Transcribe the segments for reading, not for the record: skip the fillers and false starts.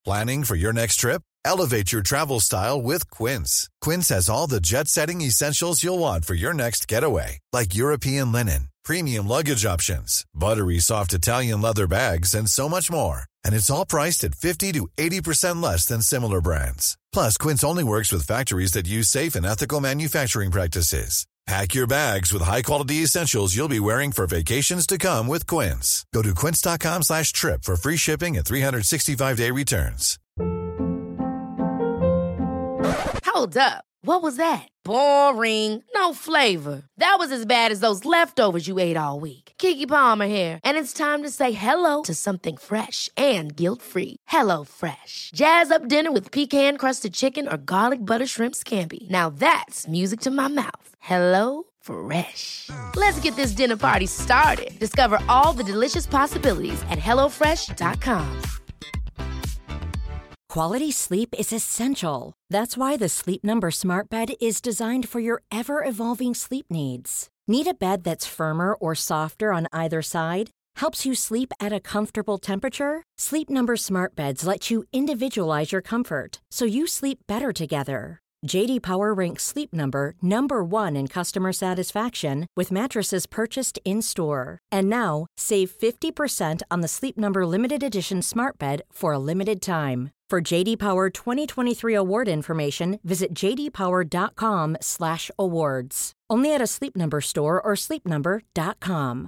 Planning for your next trip? Elevate your travel style with Quince. Quince has all the jet-setting essentials you'll want for your next getaway, like European linen, premium luggage options, buttery soft Italian leather bags, and so much more. And it's all priced at 50 to 80% less than similar brands. Plus, Quince only works with factories that use safe and ethical manufacturing practices. Pack your bags with high-quality essentials you'll be wearing for vacations to come with Quince. Go to quince.com/trip for free shipping and 365-day returns. Hold up. What was that? Boring. No flavor. That was as bad as those leftovers you ate all week. Keke Palmer here, and it's time to say hello to something fresh and guilt-free. Hello Fresh. Jazz up dinner with pecan-crusted chicken or garlic butter shrimp scampi. Now that's music to my mouth. Hello Fresh. Let's get this dinner party started. Discover all the delicious possibilities at hellofresh.com. Quality sleep is essential. That's why the Sleep Number Smart Bed is designed for your ever-evolving sleep needs. Need a bed that's firmer or softer on either side? Helps you sleep at a comfortable temperature? Sleep Number Smart Beds let you individualize your comfort, so you sleep better together. J.D. Power ranks Sleep Number #1 in customer satisfaction with mattresses purchased in-store. And now, save 50% on the Sleep Number Limited Edition Smart Bed for a limited time. For J.D. Power 2023 award information, visit jdpower.com/awards. Only at a Sleep Number store or sleepnumber.com.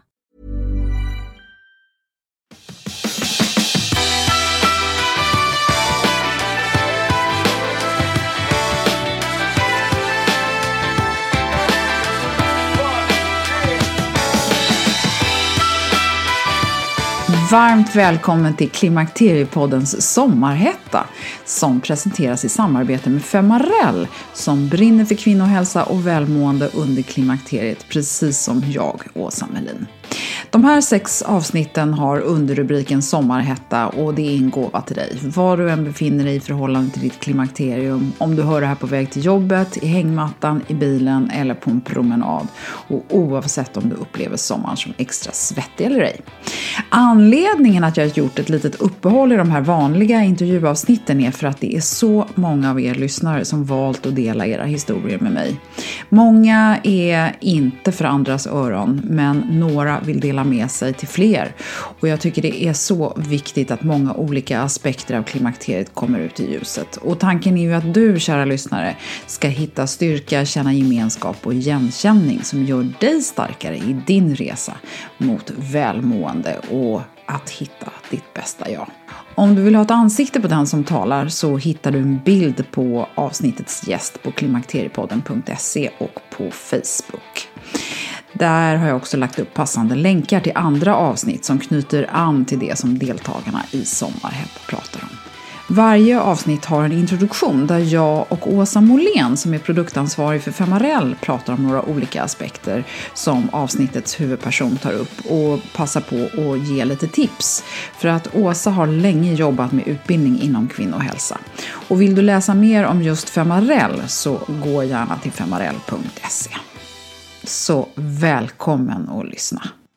Varmt välkommen till Klimakteriepoddens sommarhetta som presenteras i samarbete med Femarel som brinner för kvinnohälsa och välmående under klimakteriet, precis som jag, Åsa Melin. De här 6 avsnitten har underrubriken sommarhetta och det är en gåva till dig. Var du än befinner dig i förhållande till ditt klimakterium, om du hör det här på väg till jobbet, i hängmattan, i bilen eller på en promenad. Och oavsett om du upplever sommaren som extra svettig eller ej. Anledningen att jag har gjort ett litet uppehåll i de här vanliga intervjuavsnitten är för att det är så många av er lyssnare som valt att dela era historier med mig. Många är inte för andras öron, men några vill dela med sig till fler. Och jag tycker det är så viktigt att många olika aspekter av klimakteriet kommer ut i ljuset. Och tanken är ju att du, kära lyssnare, ska hitta styrka, känna gemenskap och igenkänning som gör dig starkare i din resa mot välmående och att hitta ditt bästa jag. Om du vill ha ett ansikte på den som talar så hittar du en bild på avsnittets gäst på klimakteriepodden.se och på Facebook. Där har jag också lagt upp passande länkar till andra avsnitt som knyter an till det som deltagarna i Sommarhetta pratar om. Varje avsnitt har en introduktion där jag och Åsa Molén, som är produktansvarig för Femarel, pratar om några olika aspekter som avsnittets huvudperson tar upp och passar på att ge lite tips. För att Åsa har länge jobbat med utbildning inom kvinnohälsa. Och vill du läsa mer om just Femarel så gå gärna till femarel.se. Så välkommen att lyssna.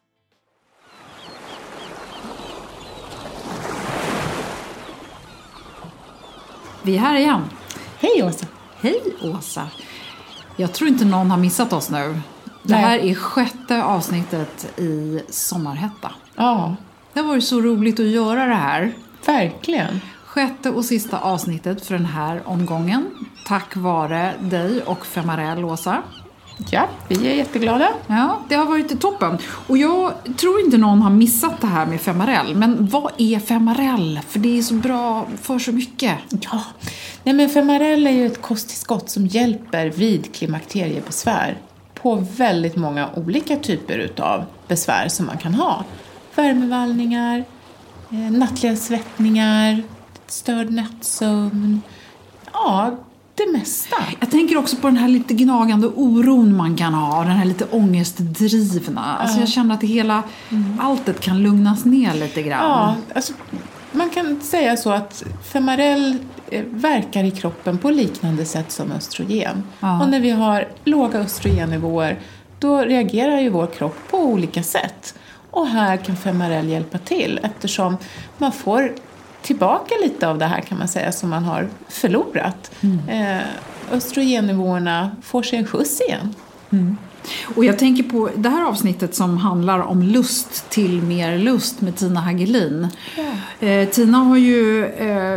Vi är här igen. Hej Åsa. Hej Åsa. Jag tror inte någon har missat oss nu. Det här är 6:e avsnittet i Sommarhetta. Ja. Det har varit så roligt att göra det här. Verkligen. 6:e och sista avsnittet för den här omgången. Tack vare dig och Femarel, Åsa. Ja, vi är jätteglada. Ja, det har varit toppen. Och jag tror inte någon har missat det här med Femarel. Men vad är Femarel? För det är så bra för så mycket. Ja, nej men Femarel är ju ett kosttillskott som hjälper vid klimakteriebesvär på väldigt många olika typer utav besvär som man kan ha. Värmevallningar, nattliga svettningar, störd nattsömn. Ja, det mesta. Jag tänker också på den här lite gnagande oron man kan ha. Den här lite ångestdrivna. Alltså jag känner att det hela alltet kan lugnas ner lite grann. Ja, alltså man kan säga så att Femarel verkar i kroppen på liknande sätt som östrogen. Ja. Och när vi har låga östrogennivåer då reagerar ju vår kropp på olika sätt. Och här kan Femarel hjälpa till eftersom man får tillbaka lite av det här kan man säga som man har förlorat. Östrogennivåerna får sig en skjuts igen. Och jag tänker på det här avsnittet som handlar om lust till mer lust med Tina Hagelin. Tina har ju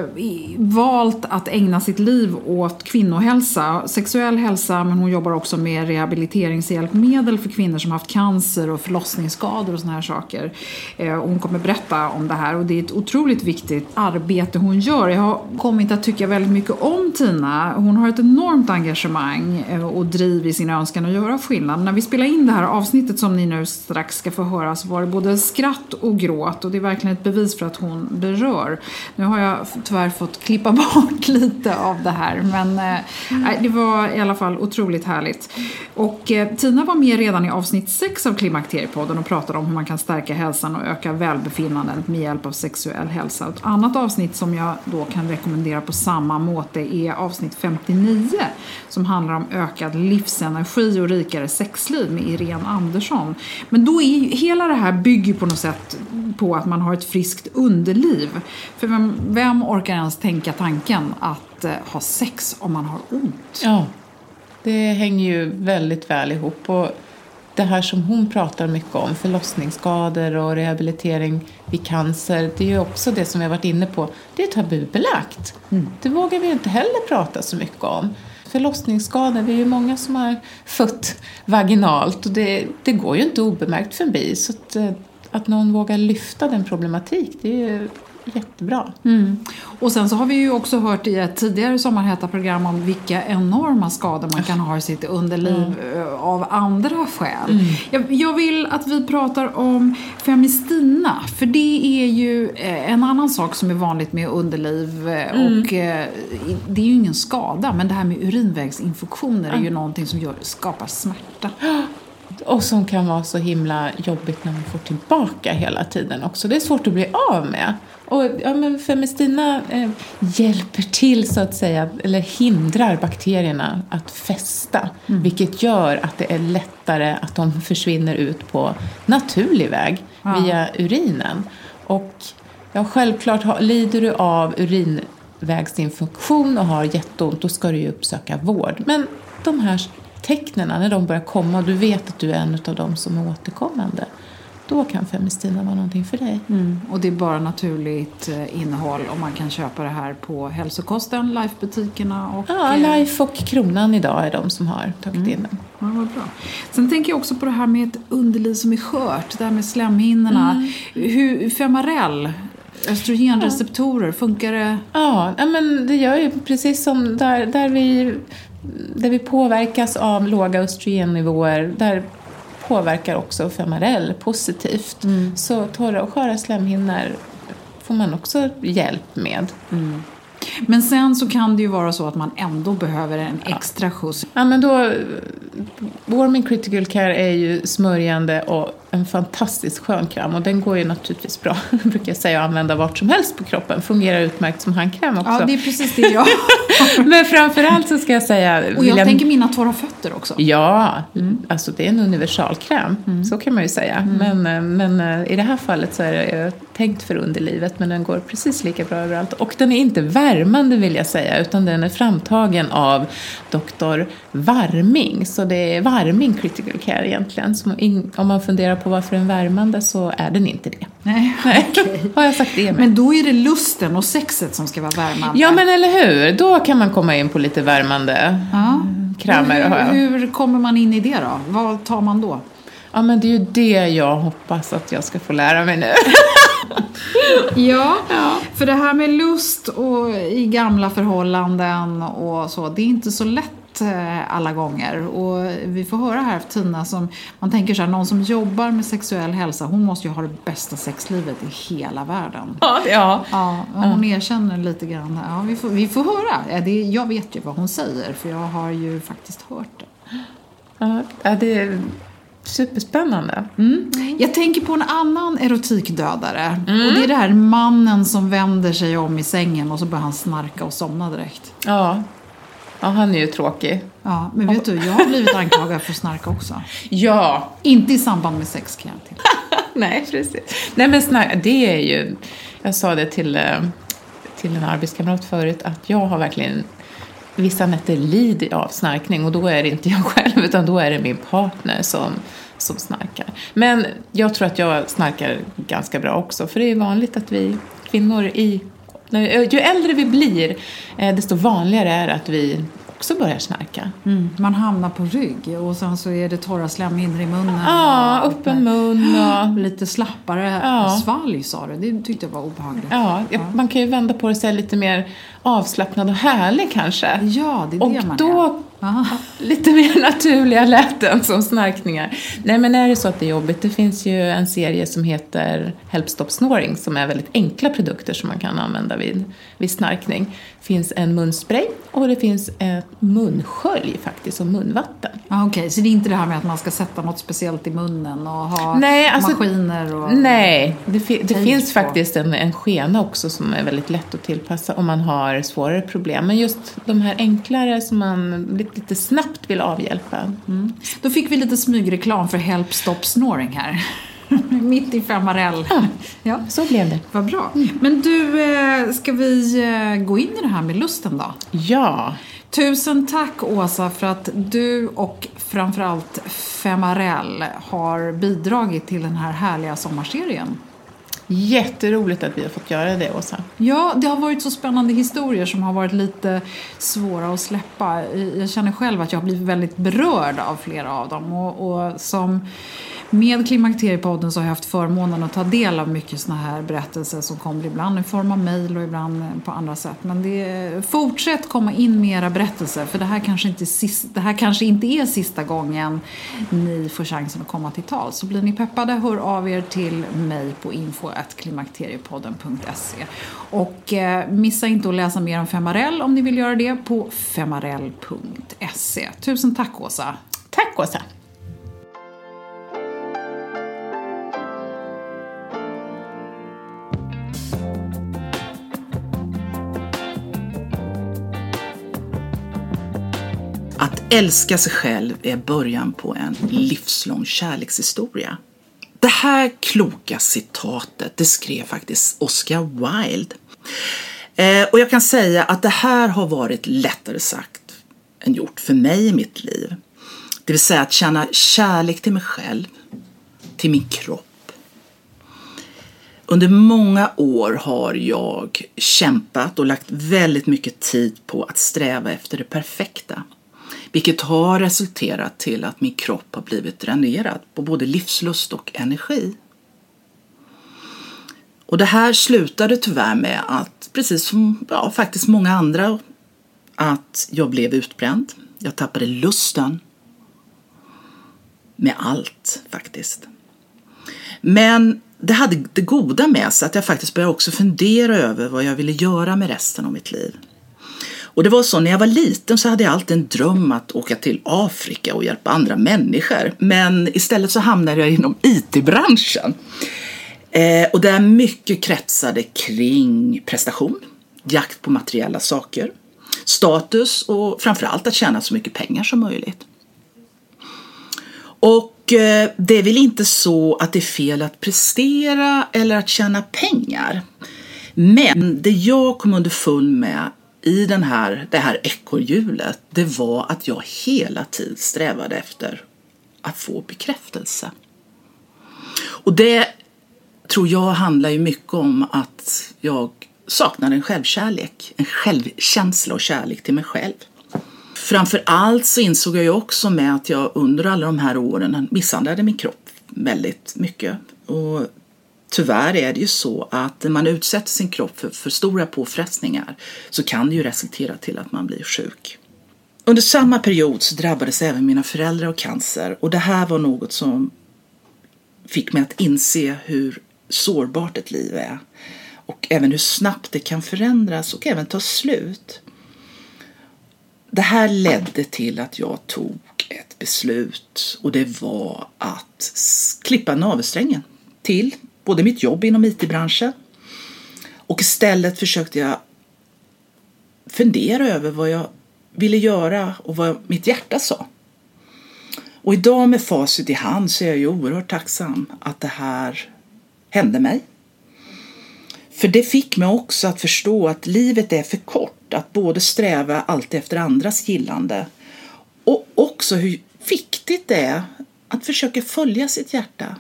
valt att ägna sitt liv åt kvinnohälsa, sexuell hälsa, men hon jobbar också med rehabiliteringshjälpmedel för kvinnor som har haft cancer och förlossningsskador och såna här saker. Hon kommer berätta om det här och det är ett otroligt viktigt arbete hon gör. Jag har kommit att tycka väldigt mycket om Tina. Hon har ett enormt engagemang och driv i sin önskan att göra skillnad. När vi spelar in det här avsnittet som ni nu strax ska få höra så var det både skratt och gråt och det är verkligen ett bevis för att hon berör. Nu har jag tyvärr fått klippa bort lite av det här men det var i alla fall otroligt härligt. Och Tina var med redan i avsnitt 6 av Klimakteriepodden och pratade om hur man kan stärka hälsan och öka välbefinnandet med hjälp av sexuell hälsa. Ett annat avsnitt som jag då kan rekommendera på samma måte är avsnitt 59 som handlar om ökad livsenergi och rikare sexliv med Irene Andersson. Men då är hela det här bygger på något sätt på att man har ett friskt underliv. För vem orkar ens tänka tanken att ha sex om man har ont? Ja, det hänger ju väldigt väl ihop. Och det här som hon pratar mycket om, förlossningsskador och rehabilitering vid cancer, det är ju också det som vi har varit inne på. Det är tabubelagt. Det vågar vi inte heller prata så mycket om. Förlossningsskador, det är ju många som har fött vaginalt och det går ju inte obemärkt förbi. Så att någon vågar lyfta den problematik, det är ju jättebra. Och sen så har vi ju också hört i ett tidigare sommarheta-program om vilka enorma skador man kan ha i sitt underliv av andra skäl. Jag vill att vi pratar om Femistina, för det är ju en annan sak som är vanligt med underliv och det är ju ingen skada, men det här med urinvägsinfektioner är ju någonting som skapar smärta. Och som kan vara så himla jobbigt när man får tillbaka hela tiden också. Det är svårt att bli av med. Och men Femistina hjälper till så att säga, eller hindrar bakterierna att fästa. Vilket gör att det är lättare att de försvinner ut på naturlig väg via urinen. Och självklart lider du av urinvägsinfektion och har jätteont, då ska du ju uppsöka vård. Men de här tecknena, när de börjar komma och du vet att du är en av dem som är återkommande, då kan Femistina vara någonting för dig. Och det är bara naturligt innehåll och man kan köpa det här på hälsokosten, Life-butikerna och... Ja, Life och Kronan idag är de som har tagit in den. Ja, vad bra. Sen tänker jag också på det här med ett underliv som är skört, det här med slemhinnorna. Hur Femarel, östrogenreceptorer, funkar det? Ja, men det gör ju precis som där vi påverkas av låga östrogennivåer, där påverkar också Femarel positivt. Så torra och sköra slemhinnor får man också hjälp med. Men sen så kan det ju vara så att man ändå behöver en extra skjuts. Ja, men då Warming Critical Care är ju smörjande och en fantastisk skön kräm. Och den går ju naturligtvis bra, brukar jag säga, att använda vart som helst på kroppen. Fungerar utmärkt som handkräm också. Ja, det är precis det jag Men framförallt så ska jag säga... Och jag tänker mina torra fötter också. Ja, alltså det är en universalkräm. Så kan man ju säga. Men i det här fallet så är det tänkt för underlivet. Men den går precis lika bra överallt. Och den är inte värmande, vill jag säga. Utan den är framtagen av Dr. Warming. Så det är Warming Critical Care egentligen. Om man funderar på varför den är värmande så är den inte det. Nej. Okay. Har jag sagt det med? Men då är det lusten och sexet som ska vara värmande. Ja, men eller hur? Då kan man komma in på lite värmande krämer. Hur kommer man in i det då? Vad tar man då? Ja, men det är ju det jag hoppas att jag ska få lära mig nu. Ja, för det här med lust och i gamla förhållanden och så, det är inte så lätt alla gånger. Och vi får höra här av Tina som, man tänker så här, någon som jobbar med sexuell hälsa, hon måste ju ha det bästa sexlivet i hela världen. Ja. Hon erkänner lite grann. Ja, vi får höra. Jag vet ju vad hon säger, för jag har ju faktiskt hört det. Ja, det är superspännande. Jag tänker på en annan erotikdödare. Och det är det här mannen som vänder sig om i sängen och så börjar han snarka och somna direkt. Ja, han är ju tråkig. Ja, men vet du, jag har blivit anklagad för att snarka också. Ja. Inte i samband med sex, kan jag till. Nej, precis. Nej, men det är ju... Jag sa det till till en arbetskamrat förut att jag har verkligen vissa nätter lider av snarkning, och då är det inte jag själv utan då är det min partner som snarkar. Men jag tror att jag snarkar ganska bra också, för det är vanligt att vi kvinnor ju äldre vi blir, desto vanligare är att vi också börjar snarka. Man hamnar på rygg och sen så är det torra slemhinnor i munnen. Ja, öppen mun och lite slappare svalg, sa du. Det tyckte jag var obehagligt. Ja, man kan ju vända på det så här lite mer avslappnad och härlig kanske. Ja, det är det och man är. då lite mer naturliga läten som snarkningar. Nej, men är det så att det är jobbigt, det finns ju en serie som heter Help Stop Snoring som är väldigt enkla produkter som man kan använda vid snarkning. Det finns en munspray och det finns ett munskölj faktiskt och munvatten. Okej, så det är inte det här med att man ska sätta något speciellt i munnen och ha maskiner och... Nej, det finns faktiskt en skena också som är väldigt lätt att tillpassa om man har svårare problem. Men just de här enklare som man lite snabbt vill avhjälpa. Då fick vi lite smygreklam för Help Stop Snoring här. Mitt i Femarel. Ja, så blev det. Vad bra. Men du, ska vi gå in i det här med lusten då? Ja. Tusen tack Åsa för att du och framförallt Femarel har bidragit till den här härliga sommarserien. Jätteroligt att vi har fått göra det, Åsa. Ja, det har varit så spännande historier som har varit lite svåra att släppa. Jag känner själv att jag har blivit väldigt berörd av flera av dem. Och som med Klimakteriepodden så har jag haft förmånen att ta del av mycket såna här berättelser som kommer ibland i form av mejl och ibland på andra sätt. Men fortsätt komma in mera berättelser, för det här kanske inte är sista gången ni får chansen att komma till tal. Så blir ni peppade, hör av er till mig på info@klimakteriepodden.se. Och missa inte att läsa mer om Femarel om ni vill göra det på femarel.se. Tusen tack Åsa. Tack Åsa. Att älska sig själv är början på en livslång kärlekshistoria. Det här kloka citatet, det skrev faktiskt Oscar Wilde. Och jag kan säga att det här har varit lättare sagt än gjort för mig i mitt liv. Det vill säga att känna kärlek till mig själv, till min kropp. Under många år har jag kämpat och lagt väldigt mycket tid på att sträva efter det perfekta. Vilket har resulterat till att min kropp har blivit dränerad på både livslust och energi. Och det här slutade tyvärr med att, precis som faktiskt många andra, att jag blev utbränd. Jag tappade lusten med allt faktiskt. Men det hade det goda med sig att jag faktiskt började också fundera över vad jag ville göra med resten av mitt liv. Och det var så, när jag var liten så hade jag alltid en dröm att åka till Afrika och hjälpa andra människor. Men istället så hamnade jag inom IT-branschen. Och där mycket kretsade kring prestation, jakt på materiella saker, status och framförallt att tjäna så mycket pengar som möjligt. Och det är väl inte så att det är fel att prestera eller att tjäna pengar. Men det jag kom underfund med i det här ekorrhjulet, det var att jag hela tiden strävade efter att få bekräftelse. Och det tror jag handlar ju mycket om att jag saknar en självkärlek, en självkänsla och kärlek till mig själv. Framför allt så insåg jag ju också med att jag under alla de här åren misshandlade min kropp väldigt mycket. Och tyvärr är det ju så att när man utsätter sin kropp för stora påfrestningar så kan det ju resultera till att man blir sjuk. Under samma period så drabbades även mina föräldrar av cancer, och det här var något som fick mig att inse hur sårbart ett liv är och även hur snabbt det kan förändras och även ta slut. Det här ledde till att jag tog ett beslut, och det var att klippa navelsträngen till både mitt jobb inom IT-branschen, och istället försökte jag fundera över vad jag ville göra och vad mitt hjärta sa. Och idag med facit i hand så är jag ju oerhört tacksam att det här hände mig. För det fick mig också att förstå att livet är för kort att både sträva allt efter andras gillande och också hur viktigt det är att försöka följa sitt hjärta.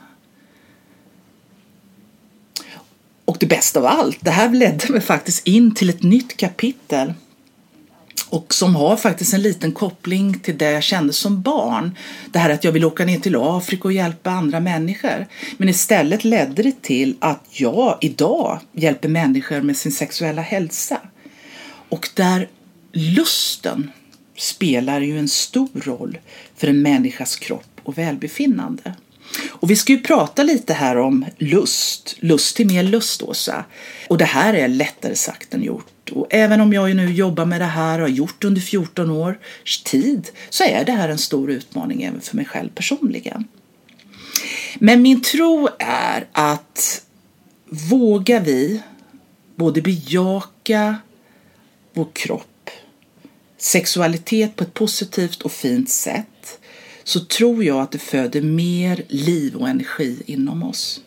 Och det bästa av allt, det här ledde mig faktiskt in till ett nytt kapitel och som har faktiskt en liten koppling till det jag kände som barn. Det här att jag vill åka ner till Afrika och hjälpa andra människor. Men istället ledde det till att jag idag hjälper människor med sin sexuella hälsa. Och där lusten spelar ju en stor roll för en människas kropp och välbefinnande. Och vi ska ju prata lite här om lust till mer lust, Åsa. Och det här är lättare sagt än gjort. Och även om jag nu jobbar med det här och har gjort under 14 års tid så är det här en stor utmaning även för mig själv personligen. Men min tro är att vågar vi både bejaka vår kropp, sexualitet på ett positivt och fint sätt, så tror jag att det föder mer liv och energi inom oss.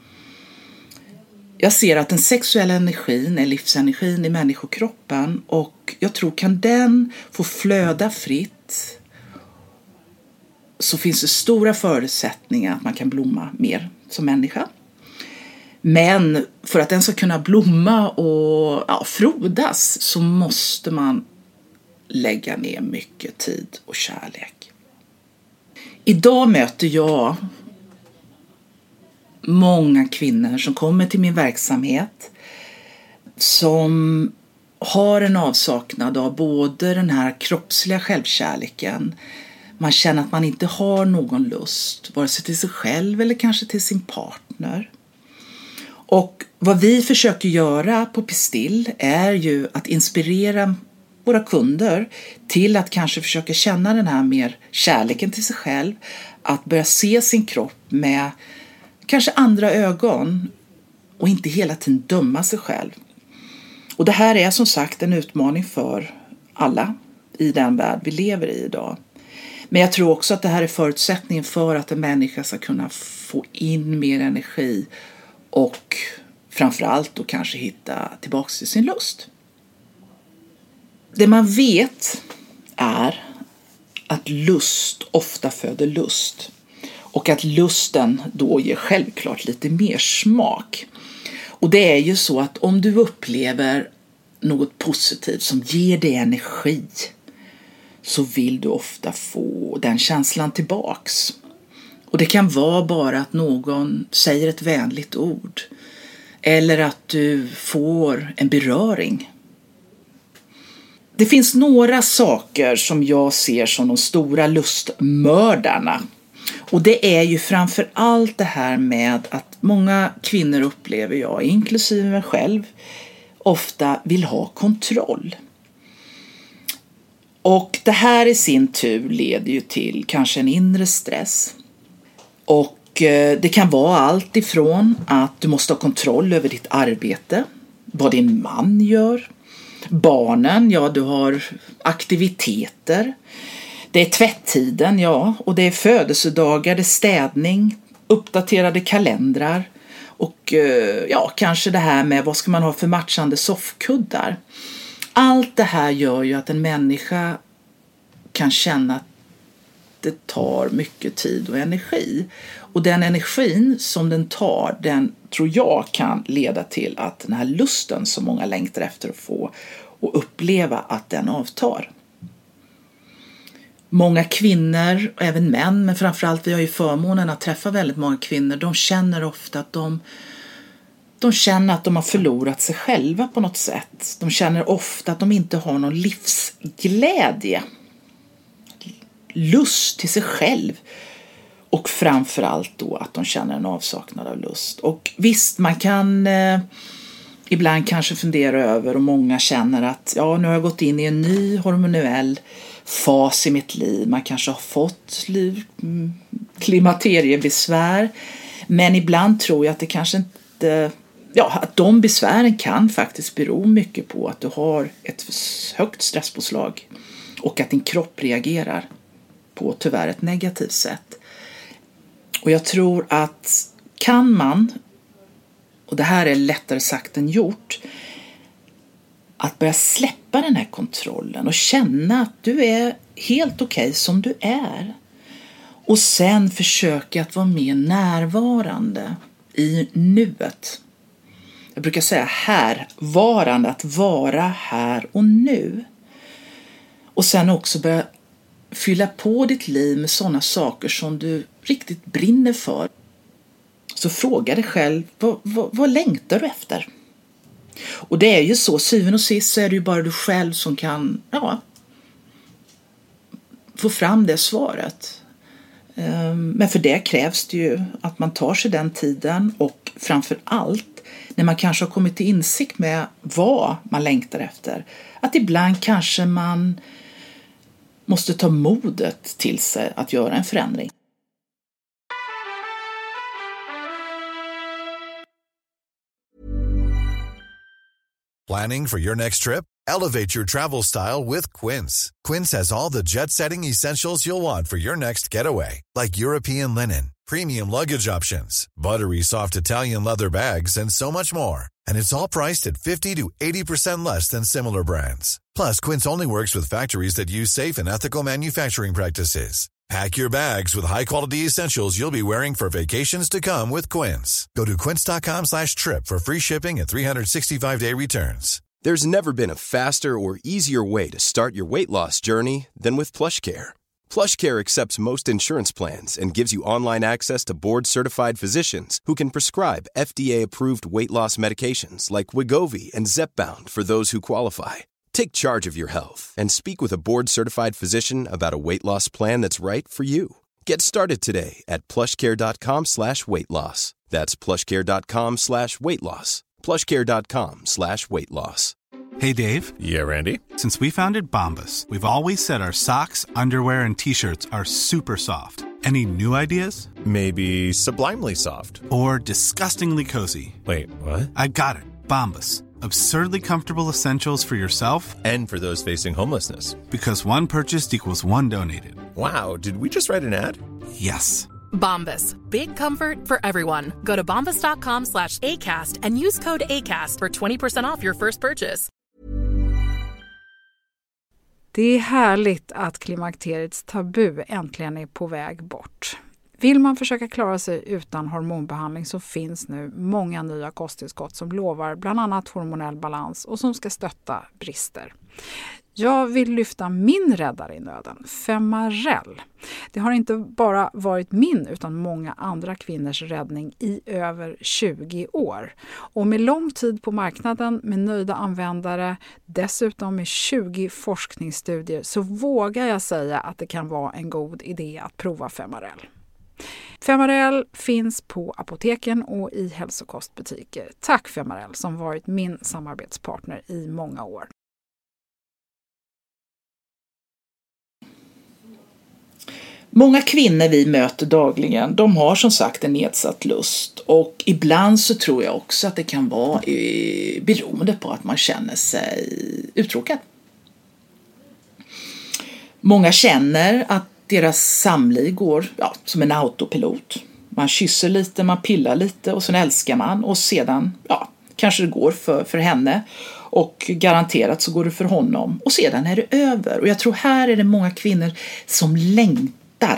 Jag ser att den sexuella energin är livsenergin i människokroppen och jag tror kan den få flöda fritt så finns det stora förutsättningar att man kan blomma mer som människa. Men för att den ska kunna blomma och frodas så måste man lägga ner mycket tid och kärlek. Idag möter jag många kvinnor som kommer till min verksamhet som har en avsaknad av både den här kroppsliga självkärleken. Man känner att man inte har någon lust, vare sig till sig själv eller kanske till sin partner. Och vad vi försöker göra på Pistill är ju att inspirera våra kunder till att kanske försöka känna den här mer kärleken till sig själv. Att börja se sin kropp med kanske andra ögon och inte hela tiden döma sig själv. Och det här är som sagt en utmaning för alla i den värld vi lever i idag. Men jag tror också att det här är förutsättningen för att en människa ska kunna få in mer energi och framförallt då kanske hitta tillbaka till sin lust. Det man vet är att lust ofta föder lust och att lusten då ger självklart lite mer smak. Och det är ju så att om du upplever något positivt som ger dig energi så vill du ofta få den känslan tillbaks. Och det kan vara bara att någon säger ett vänligt ord eller att du får en beröring. Det finns några saker som jag ser som de stora lustmördarna. Och det är ju framför allt det här med att många kvinnor upplever jag, inklusive mig själv, ofta vill ha kontroll. Och det här i sin tur leder ju till kanske en inre stress. Och det kan vara allt ifrån att du måste ha kontroll över ditt arbete, vad din man gör, barnen, ja du har aktiviteter, det är tvättiden, ja, och det är födelsedagar, det är städning, uppdaterade kalendrar och ja, kanske det här med vad ska man ha för matchande soffkuddar. Allt det här gör ju att en människa kan känna att det tar mycket tid och energi. Och den energin som den tar, den tror jag kan leda till att den här lusten som många längtar efter att få och uppleva att den avtar. Många kvinnor, och även män, men framförallt vi har ju förmånen att träffa väldigt många kvinnor, de känner ofta att de känner att de har förlorat sig själva på något sätt. De känner ofta att de inte har någon livsglädje, lust till sig själv. Och framförallt då att de känner en avsaknad av lust. Och visst, man kan ibland kanske fundera över, och många känner att ja, nu har jag gått in i en ny hormonell fas i mitt liv. Man kanske har fått klimakteriebesvär. Men ibland tror jag att det kanske inte, ja, att de besvären kan faktiskt bero mycket på att du har ett högt stresspåslag och att din kropp reagerar på tyvärr ett negativt sätt. Och jag tror att kan man, och det här är lättare sagt än gjort, att börja släppa den här kontrollen och känna att du är helt okej som du är. Och sen försöka att vara mer närvarande i nuet. Jag brukar säga härvarande, att vara här och nu. Och sen också börja fylla på ditt liv med sådana saker som du riktigt brinner för. Så fråga dig själv, vad längtar du efter? Och det är ju så, syvende och sist så är det ju bara du själv som kan få fram det svaret. Men för det krävs det ju att man tar sig den tiden, och framför allt när man kanske har kommit till insikt med vad man längtar efter, att ibland kanske man måste ta modet till sig att göra en förändring. Planning for your next trip? Elevate your travel style with Quince. Quince has all the jet-setting essentials you'll want for your next getaway, like European linen, premium luggage options, buttery soft Italian leather bags, and so much more. And it's all priced at 50 to 80% less than similar brands. Plus, Quince only works with factories that use safe and ethical manufacturing practices. Pack your bags with high-quality essentials you'll be wearing for vacations to come with Quince. Go to quince.com/trip for free shipping and 365-day returns. There's never been a faster or easier way to start your weight loss journey than with PlushCare. PlushCare accepts most insurance plans and gives you online access to board-certified physicians who can prescribe FDA-approved weight loss medications like Wegovy and Zepbound for those who qualify. Take charge of your health and speak with a board-certified physician about a weight loss plan that's right for you. Get started today at plushcare.com/weightloss. That's plushcare.com/weightloss. plushcare.com/weightloss. Hey, Dave. Yeah, Randy. Since we founded Bombas, we've always said our socks, underwear, and T-shirts are super soft. Any new ideas? Maybe sublimely soft. Or disgustingly cozy. Wait, what? I got it. Bombas. Absurdly comfortable essentials for yourself and for those facing homelessness. Because one purchased equals one donated. Wow, did we just write an ad? Yes. Bombas. Big comfort for everyone. Go to bombas.com/ACAST and use code ACAST for 20% off your first purchase. Det är härligt att klimakteriets tabu äntligen är på väg bort. Vill man försöka klara sig utan hormonbehandling så finns nu många nya kosttillskott som lovar bland annat hormonell balans och som ska stötta brister. Jag vill lyfta min räddare i nöden, Femarel. Det har inte bara varit min utan många andra kvinnors räddning i över 20 år. Och med lång tid på marknaden, med nöjda användare, dessutom med 20 forskningsstudier, så vågar jag säga att det kan vara en god idé att prova Femarel. Femarel finns på apoteken och i hälsokostbutiker. Tack Femarel som varit min samarbetspartner i många år. Många kvinnor vi möter dagligen, de har som sagt en nedsatt lust, och ibland så tror jag också att det kan vara beroende på att man känner sig uttråkad. Många känner att deras samliv går som en autopilot. Man kysser lite, man pillar lite och sen älskar man, och sedan kanske det går för henne och garanterat så går det för honom, och sedan är det över. Och jag tror här är det många kvinnor som längtar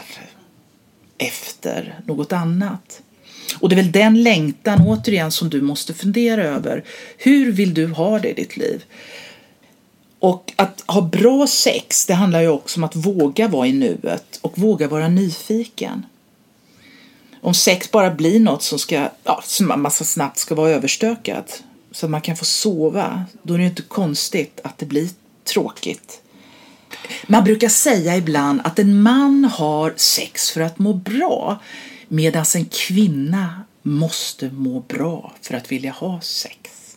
efter något annat. Och det är väl den längtan återigen som du måste fundera över. Hur vill du ha det i ditt liv? Och att ha bra sex, det handlar ju också om att våga vara i nuet och våga vara nyfiken. Om sex bara blir något som massa snabbt ska vara överstökat så att man kan få sova, då är det inte konstigt att det blir tråkigt. Man brukar säga ibland att en man har sex för att må bra, medan en kvinna måste må bra för att vilja ha sex.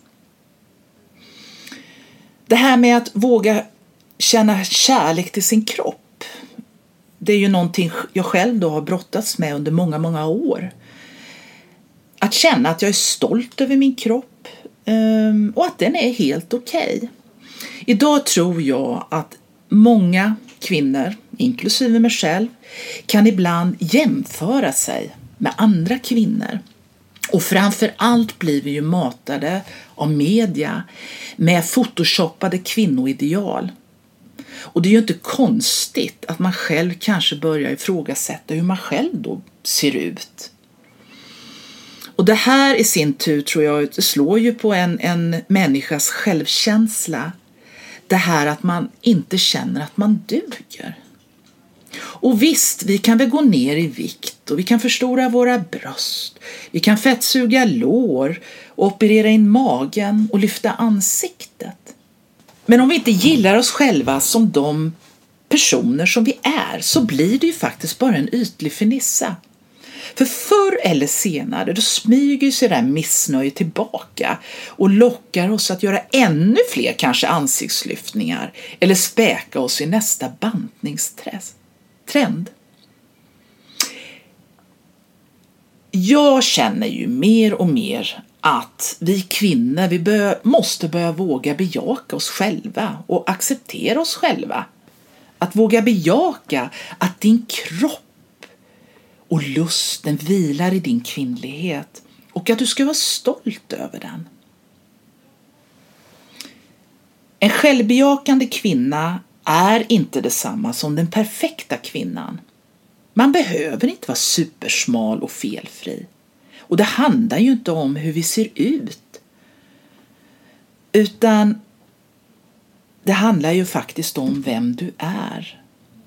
Det här med att våga känna kärlek till sin kropp, det är ju någonting jag själv då har brottats med under många, många år. Att känna att jag är stolt över min kropp och att den är helt okej. Idag tror jag att många kvinnor, inklusive mig själv, kan ibland jämföra sig med andra kvinnor. Och framför allt blir vi ju matade av media med photoshoppade kvinnoideal. Och det är ju inte konstigt att man själv kanske börjar ifrågasätta hur man själv då ser ut. Och det här i sin tur tror jag slår ju på en människas självkänsla. Det här att man inte känner att man duger. Och visst, vi kan väl gå ner i vikt och vi kan förstora våra bröst. Vi kan fettsuga lår och operera in magen och lyfta ansiktet. Men om vi inte gillar oss själva som de personer som vi är så blir det ju faktiskt bara en ytlig fernissa. För förr eller senare då smyger sig det där missnöjet tillbaka och lockar oss att göra ännu fler kanske ansiktslyftningar eller späka oss i nästa bantningstrend. Jag känner ju mer och mer att vi kvinnor måste börja våga bejaka oss själva och acceptera oss själva. Att våga bejaka att din kropp och lusten vilar i din kvinnlighet och att du ska vara stolt över den. En självbejakande kvinna är inte detsamma som den perfekta kvinnan. Man behöver inte vara supersmal och felfri. Och det handlar ju inte om hur vi ser ut. Utan det handlar ju faktiskt om vem du är.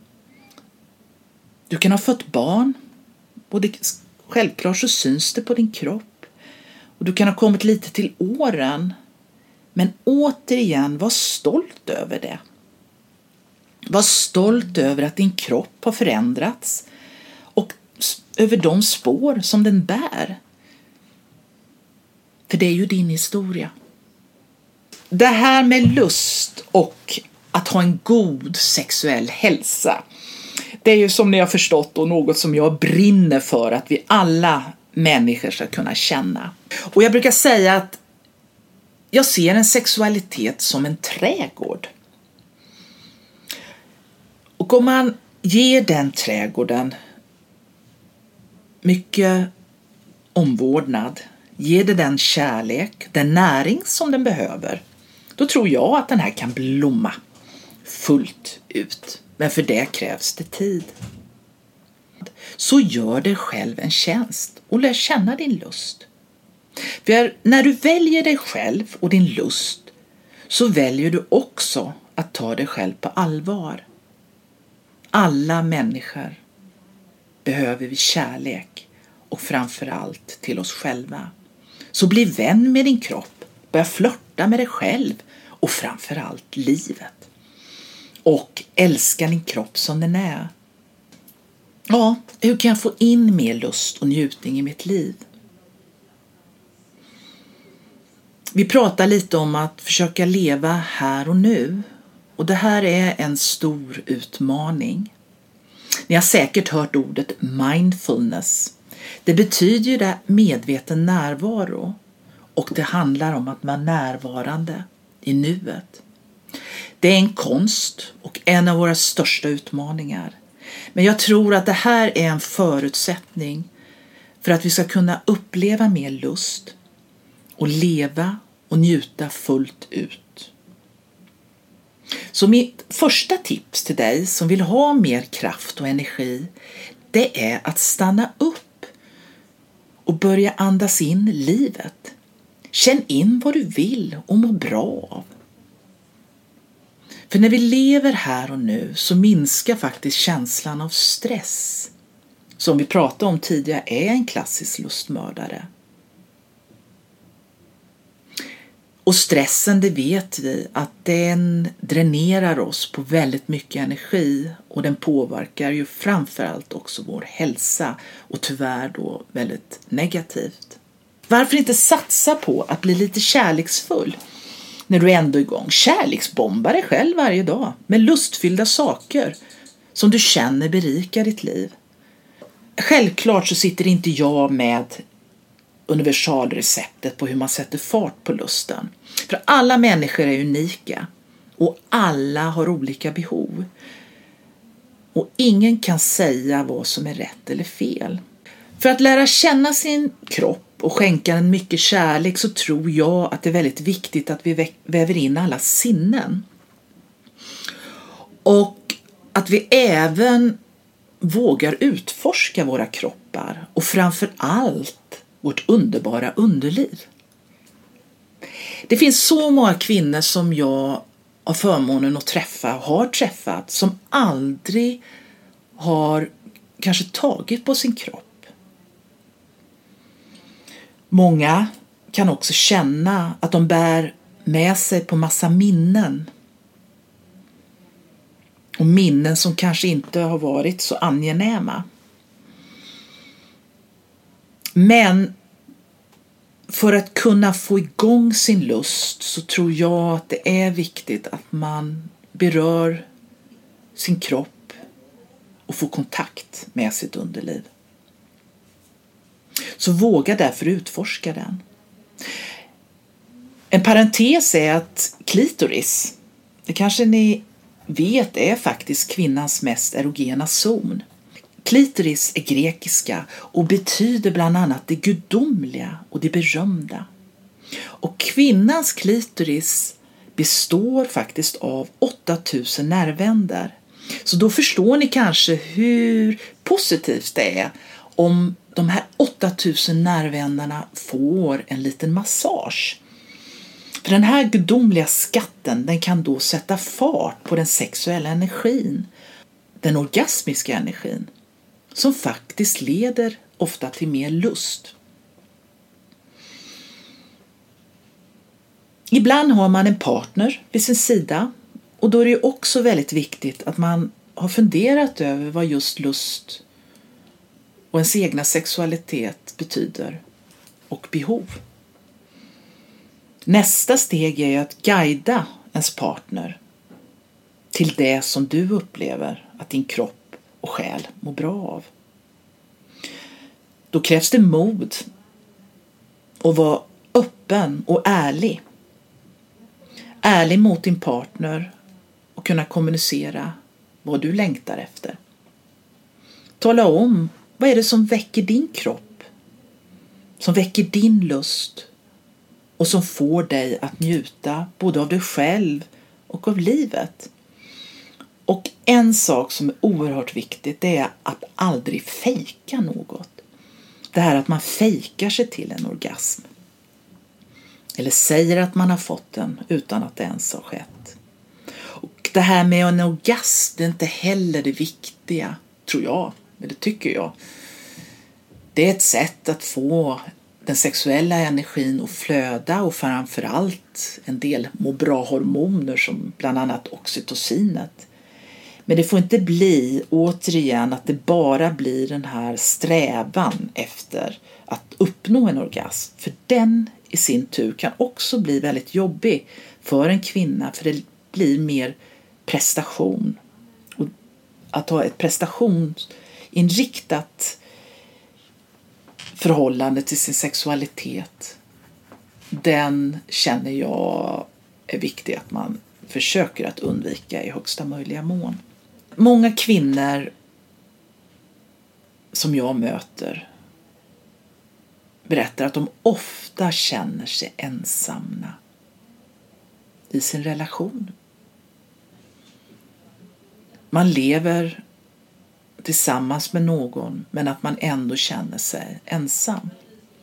Du kan ha fått barn. Och självklart så syns det på din kropp. Och du kan ha kommit lite till åren. Men återigen, var stolt över det. Var stolt över att din kropp har förändrats. Och över de spår som den bär. För det är ju din historia. Det här med lust och att ha en god sexuell hälsa. Det är ju som ni har förstått och något som jag brinner för att vi alla människor ska kunna känna. Och jag brukar säga att jag ser en sexualitet som en trädgård. Och om man ger den trädgården mycket omvårdnad, ger det den kärlek, den näring som den behöver, då tror jag att den här kan blomma fullt ut. Men för det krävs det tid. Så gör dig själv en tjänst och lär känna din lust. För när du väljer dig själv och din lust så väljer du också att ta dig själv på allvar. Alla människor behöver vi kärlek och framförallt till oss själva. Så bli vän med din kropp, börja flirta med dig själv och framförallt livet. Och älska din kropp som den är. Ja, hur kan jag få in mer lust och njutning i mitt liv? Vi pratar lite om att försöka leva här och nu. Och det här är en stor utmaning. Ni har säkert hört ordet mindfulness. Det betyder ju det medveten närvaro. Och det handlar om att vara närvarande i nuet. Det är en konst och en av våra största utmaningar. Men jag tror att det här är en förutsättning för att vi ska kunna uppleva mer lust och leva och njuta fullt ut. Så mitt första tips till dig som vill ha mer kraft och energi, det är att stanna upp och börja andas in livet. Känn in vad du vill och må bra av. För när vi lever här och nu så minskar faktiskt känslan av stress. Som vi pratade om tidigare är en klassisk lustmördare. Och stressen, det vet vi att den dränerar oss på väldigt mycket energi. Och den påverkar ju framförallt också vår hälsa och tyvärr då väldigt negativt. Varför inte satsa på att bli lite kärleksfull? När du är ändå igång. Kärleksbomba dig själv varje dag. Med lustfyllda saker. Som du känner berikar ditt liv. Självklart så sitter inte jag med universalreceptet på hur man sätter fart på lusten. För alla människor är unika. Och alla har olika behov. Och ingen kan säga vad som är rätt eller fel. För att lära känna sin kropp och skänka den mycket kärlek så tror jag att det är väldigt viktigt att vi väver in alla sinnen. Och att vi även vågar utforska våra kroppar och framför allt vårt underbara underliv. Det finns så många kvinnor som jag har förmånen att har träffat som aldrig har kanske tagit på sin kropp. Många kan också känna att de bär med sig på massa minnen. Och minnen som kanske inte har varit så angenäma. Men för att kunna få igång sin lust så tror jag att det är viktigt att man berör sin kropp och får kontakt med sitt underliv. Så våga därför utforska den. En parentes är att klitoris, det kanske ni vet, är faktiskt kvinnans mest erogena zon. Klitoris är grekiska och betyder bland annat det gudomliga och det berömda. Och kvinnans klitoris består faktiskt av 8000 nervändar. Så då förstår ni kanske hur positivt det är om de här 8000 nervändarna får en liten massage. För den här gudomliga skatten, den kan då sätta fart på den sexuella energin, den orgasmiska energin, som faktiskt leder ofta till mer lust. Ibland har man en partner vid sin sida och då är det också väldigt viktigt att man har funderat över vad just lust och ens egna sexualitet betyder och behov. Nästa steg är att guida ens partner till det som du upplever att din kropp och själ mår bra av. Då krävs det mod att vara öppen och ärlig. Ärlig mot din partner och kunna kommunicera vad du längtar efter. Tala om vad är det som väcker din kropp, som väcker din lust och som får dig att njuta både av dig själv och av livet. Och en sak som är oerhört viktigt, det är att aldrig fejka något. Det här att man fejkar sig till en orgasm. Eller säger att man har fått den utan att det ens har skett. Och det här med en orgasm, det är inte heller det viktiga, tror jag. Men det tycker jag. Det är ett sätt att få den sexuella energin att flöda och framförallt en del må bra hormoner som bland annat oxytocinet. Men det får inte bli återigen att det bara blir den här strävan efter att uppnå en orgasm. För den i sin tur kan också bli väldigt jobbig för en kvinna, för det blir mer prestation. Och att ha ett prestationsinriktat förhållande till sin sexualitet, den känner jag är viktig att man försöker att undvika i högsta möjliga mån. Många kvinnor som jag möter berättar att de ofta känner sig ensamma i sin relation. Man lever tillsammans med någon, men att man ändå känner sig ensam.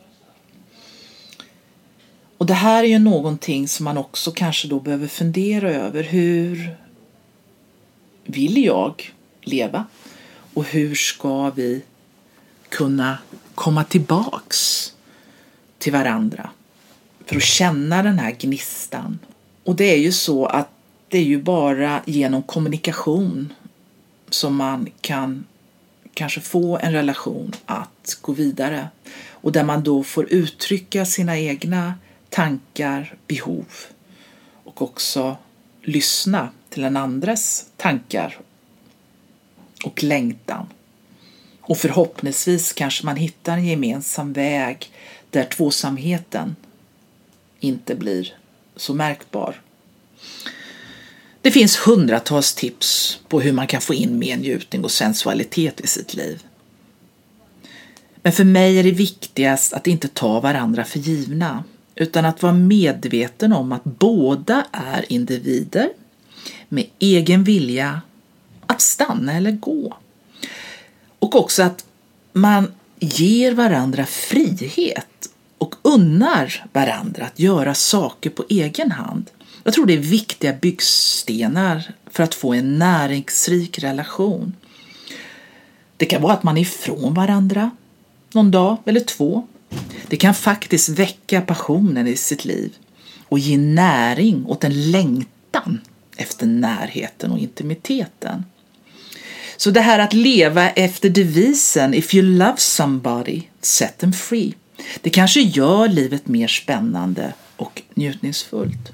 Och det här är ju någonting som man också kanske då behöver fundera över. Hur vill jag leva? Och hur ska vi kunna komma tillbaks till varandra för att känna den här gnistan? Och det är ju så att det är ju bara genom kommunikation som man kan kanske få en relation att gå vidare. Och där man då får uttrycka sina egna tankar, behov och också lyssna till en andres tankar och längtan. Och förhoppningsvis kanske man hittar en gemensam väg där tvåsamheten inte blir så märkbar. Det finns hundratals tips på hur man kan få in mer njutning och sensualitet i sitt liv. Men för mig är det viktigast att inte ta varandra för givna, utan att vara medveten om att båda är individer med egen vilja att stanna eller gå. Och också att man ger varandra frihet och unnar varandra att göra saker på egen hand. Jag tror det är viktiga byggstenar för att få en näringsrik relation. Det kan vara att man är ifrån varandra någon dag eller 2. Det kan faktiskt väcka passionen i sitt liv och ge näring åt en längtan efter närheten och intimiteten. Så det här att leva efter devisen If you love somebody, set them free. Det kanske gör livet mer spännande och njutningsfullt.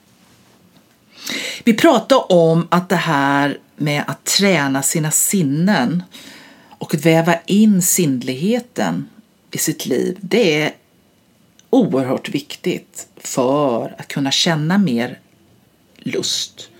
Vi pratar om att det här med att träna sina sinnen och väva in sinnligheten i sitt liv, det är oerhört viktigt för att kunna känna mer lust.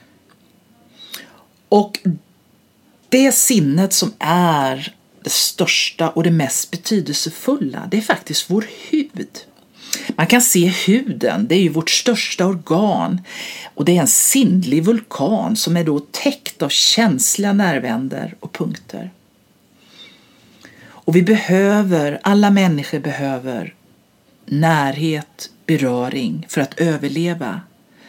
Och det sinnet som är det största och det mest betydelsefulla, det är faktiskt vår hud. Man kan se huden, det är ju vårt största organ, och det är en sinnlig vulkan som är då täckt av känsliga nervändar och punkter. Och alla människor behöver närhet, beröring för att överleva.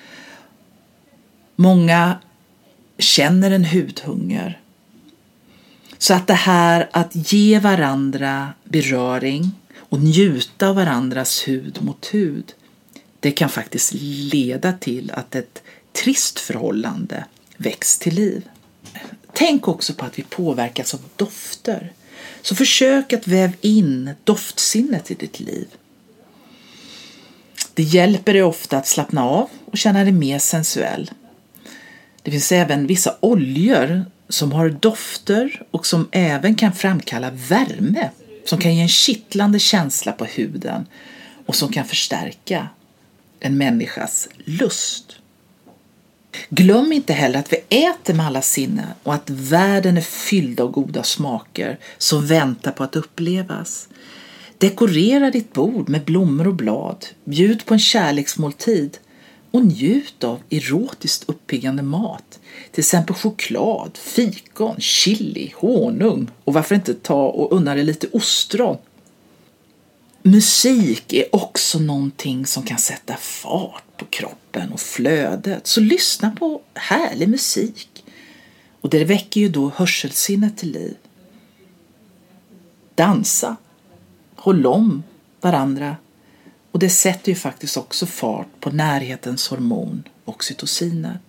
Många känner en hudhunger. Så att det här att ge varandra beröring och njuta av varandras hud mot hud, det kan faktiskt leda till att ett trist förhållande väcks till liv. Tänk också på att vi påverkas av dofter. Så försök att väva in doftsinnet i ditt liv. Det hjälper dig ofta att slappna av och känna dig mer sensuell. Det finns även vissa oljor som har dofter och som även kan framkalla värme, som kan ge en kittlande känsla på huden och som kan förstärka en människas lust. Glöm inte heller att vi äter med alla sinnen och att världen är fylld av goda smaker som väntar på att upplevas. Dekorera ditt bord med blommor och blad, bjud på en kärleksmåltid och njut av erotiskt uppiggande mat. Till exempel choklad, fikon, chili, honung och varför inte ta och unna dig lite ostron. Musik är också någonting som kan sätta fart på kroppen och flödet. Så lyssna på härlig musik. Och det väcker ju då hörselsinnet till liv. Dansa. Håll om varandra. Och det sätter ju faktiskt också fart på närhetens hormon, oxytocinet.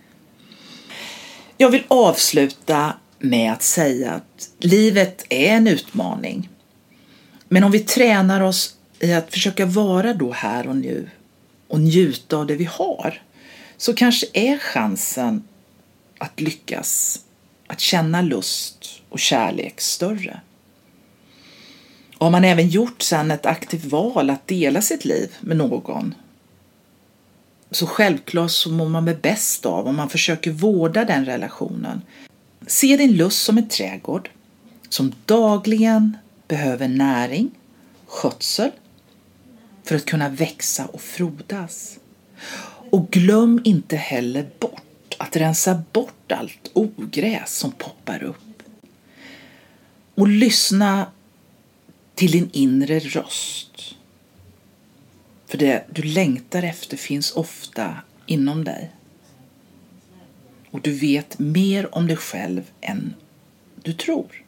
Jag vill avsluta med att säga att livet är en utmaning. Men om vi tränar oss i att försöka vara då här och nu och njuta av det vi har, så kanske är chansen att lyckas, att känna lust och kärlek större. Och har man även gjort sedan ett aktivt val att dela sitt liv med någon, så självklart så mår man väl bäst av om man försöker vårda den relationen. Se din lust som en trädgård som dagligen behöver näring, skötsel för att kunna växa och frodas. Och glöm inte heller bort att rensa bort allt ogräs som poppar upp. Och lyssna till din inre röst. För det du längtar efter finns ofta inom dig. Och du vet mer om dig själv än du tror.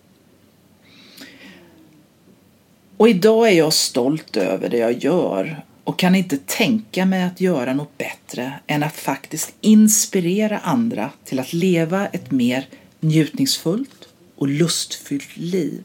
Och idag är jag stolt över det jag gör och kan inte tänka mig att göra något bättre än att faktiskt inspirera andra till att leva ett mer njutningsfullt och lustfyllt liv.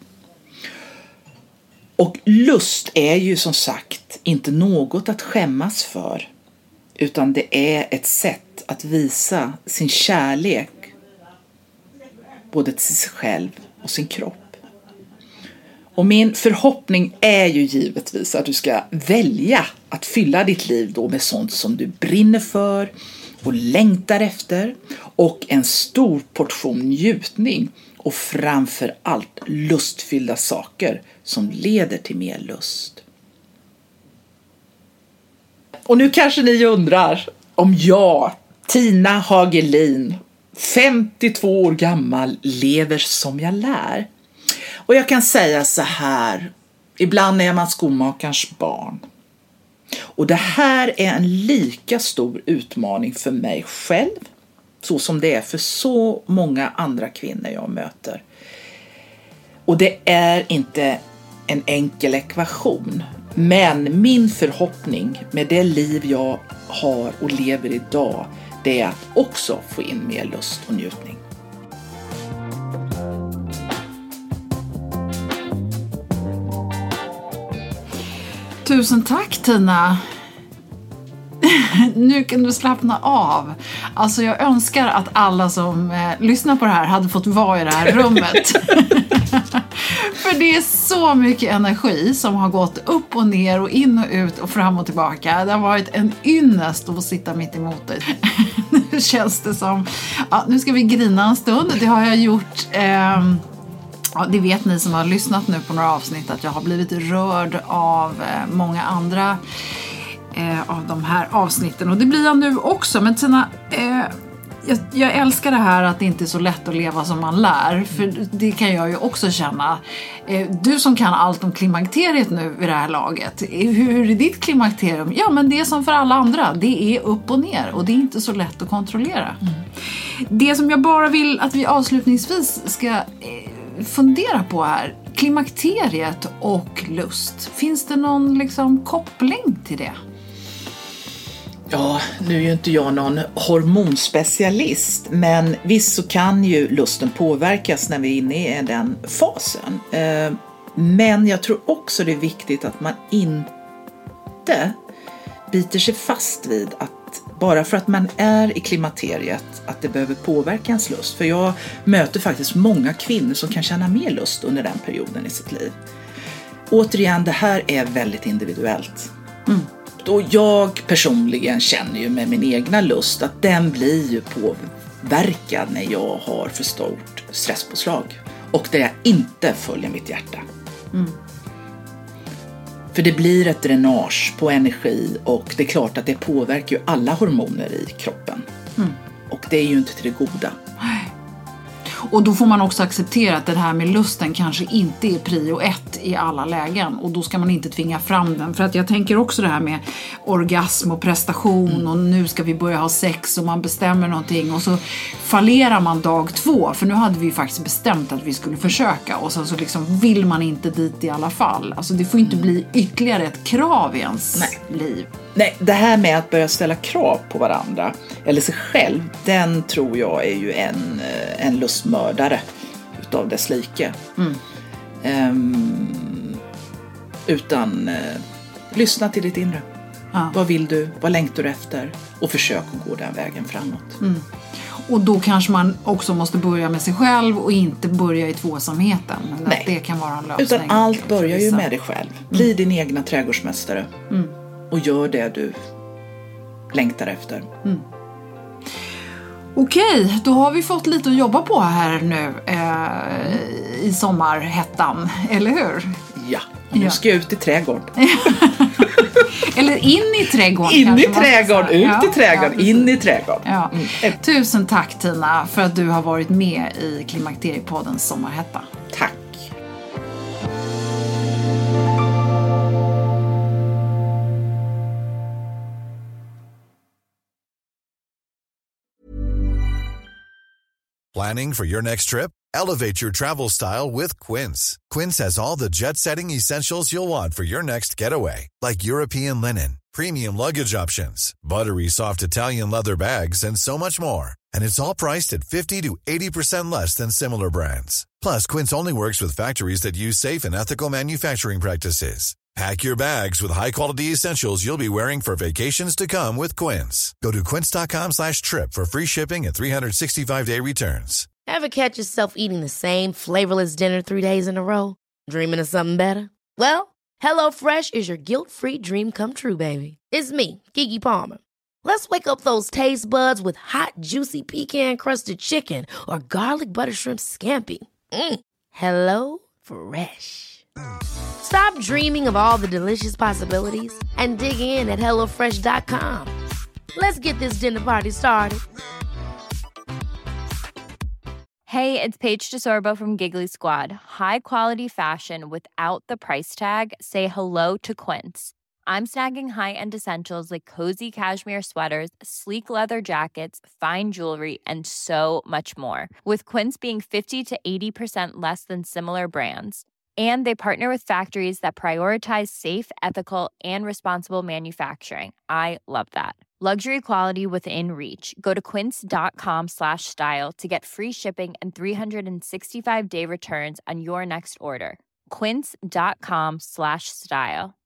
Och lust är ju som sagt inte något att skämmas för, utan det är ett sätt att visa sin kärlek både till sig själv och sin kropp. Och min förhoppning är ju givetvis att du ska välja att fylla ditt liv då med sånt som du brinner för och längtar efter, och en stor portion njutning och framför allt lustfyllda saker som leder till mer lust. Och nu kanske ni undrar om jag, Tina Hagelin, 52 år gammal, lever som jag lär. Och jag kan säga så här, ibland är man skomakarens barn. Och det här är en lika stor utmaning för mig själv, så som det är för så många andra kvinnor jag möter. Och det är inte en enkel ekvation, men min förhoppning med det liv jag har och lever idag, det är att också få in mer lust och njutning. Tusen tack, Tina. Nu kan du slappna av. Alltså jag önskar att alla som lyssnar på det här hade fått vara i det här rummet. För det är så mycket energi som har gått upp och ner och in och ut och fram och tillbaka. Det har varit en ynnest att få sitta mitt emot dig. Nu känns det som... Ja, nu ska vi grina en stund. Det har jag gjort... Ja, det vet ni som har lyssnat nu på några avsnitt, att jag har blivit rörd av många andra av de här avsnitten. Och det blir jag nu också. Men Tina, jag älskar det här att det inte är så lätt att leva som man lär. För det kan jag ju också känna. Du som kan allt om klimakteriet nu i det här laget. Hur är ditt klimakterium? Ja, men det är som för alla andra. Det är upp och ner. Och det är inte så lätt att kontrollera. Det som jag bara vill att vi avslutningsvis ska... fundera på här, klimakteriet och lust. Finns det någon liksom koppling till det? Ja, nu är ju inte jag någon hormonspecialist, men visst så kan ju lusten påverkas när vi är inne i den fasen. Men jag tror också det är viktigt att man inte biter sig fast vid att bara för att man är i klimakteriet att det behöver påverka ens lust. För jag möter faktiskt många kvinnor som kan känna mer lust under den perioden i sitt liv. Återigen, det här är väldigt individuellt. Och jag personligen känner ju med min egna lust att den blir ju påverkad när jag har för stort stresspåslag. Och där jag inte följer mitt hjärta. För det blir ett dränage på energi, och det är klart att det påverkar ju alla hormoner i kroppen. Och det är ju inte till det goda. Och då får man också acceptera att det här med lusten kanske inte är prio 1 i alla lägen. Och då ska man inte tvinga fram den. För att jag tänker också det här med orgasm och prestation och nu ska vi börja ha sex och man bestämmer någonting. Och så fallerar man dag 2. För nu hade vi ju faktiskt bestämt att vi skulle försöka. Och sen så liksom vill man inte dit i alla fall. Alltså det får inte bli ytterligare ett krav i ens liv. Nej, det här med att börja ställa krav på varandra eller sig själv, den tror jag är ju en lustmördare utav dess like. Lyssna till ditt inre. Vad vill du? Vad längtar du efter? Och försök att gå den vägen framåt. Och då kanske man också måste börja med sig själv och inte börja i tvåsamheten. Men att det kan vara en lösning. Utan allt börjar ju med dig själv. Bli din egna trädgårdsmästare. Och gör det du längtar efter. Okej, då har vi fått lite att jobba på här nu i sommarhettan, eller hur? Ja, nu ska jag ut i trädgården. Eller in i trädgården. In i trädgården, ut i trädgården, in i trädgården. Ja. Tusen tack Tina för att du har varit med i Klimakteriepoddens sommarhetta. Tack. Planning for your next trip? Elevate your travel style with Quince. Quince has all the jet-setting essentials you'll want for your next getaway, like European linen, premium luggage options, buttery soft Italian leather bags, and so much more. And it's all priced at 50 to 80% less than similar brands. Plus, Quince only works with factories that use safe and ethical manufacturing practices. Pack your bags with high-quality essentials you'll be wearing for vacations to come with Quince. Go to quince.com/trip for free shipping and 365-day returns. Ever catch yourself eating the same flavorless dinner 3 days in a row? Dreaming of something better? Well, HelloFresh is your guilt-free dream come true, baby. It's me, Keke Palmer. Let's wake up those taste buds with hot, juicy pecan-crusted chicken or garlic butter shrimp scampi. Hello Fresh. Stop dreaming of all the delicious possibilities and dig in at HelloFresh.com. Let's get this dinner party started. Hey, it's Paige DeSorbo from Giggly Squad. High quality fashion without the price tag. Say hello to Quince. I'm snagging high-end essentials like cozy cashmere sweaters, sleek leather jackets, fine jewelry, and so much more. With Quince being 50 to 80% less than similar brands. And they partner with factories that prioritize safe, ethical, and responsible manufacturing. I love that. Luxury quality within reach. Go to quince.com/style to get free shipping and 365-day returns on your next order. Quince.com/style.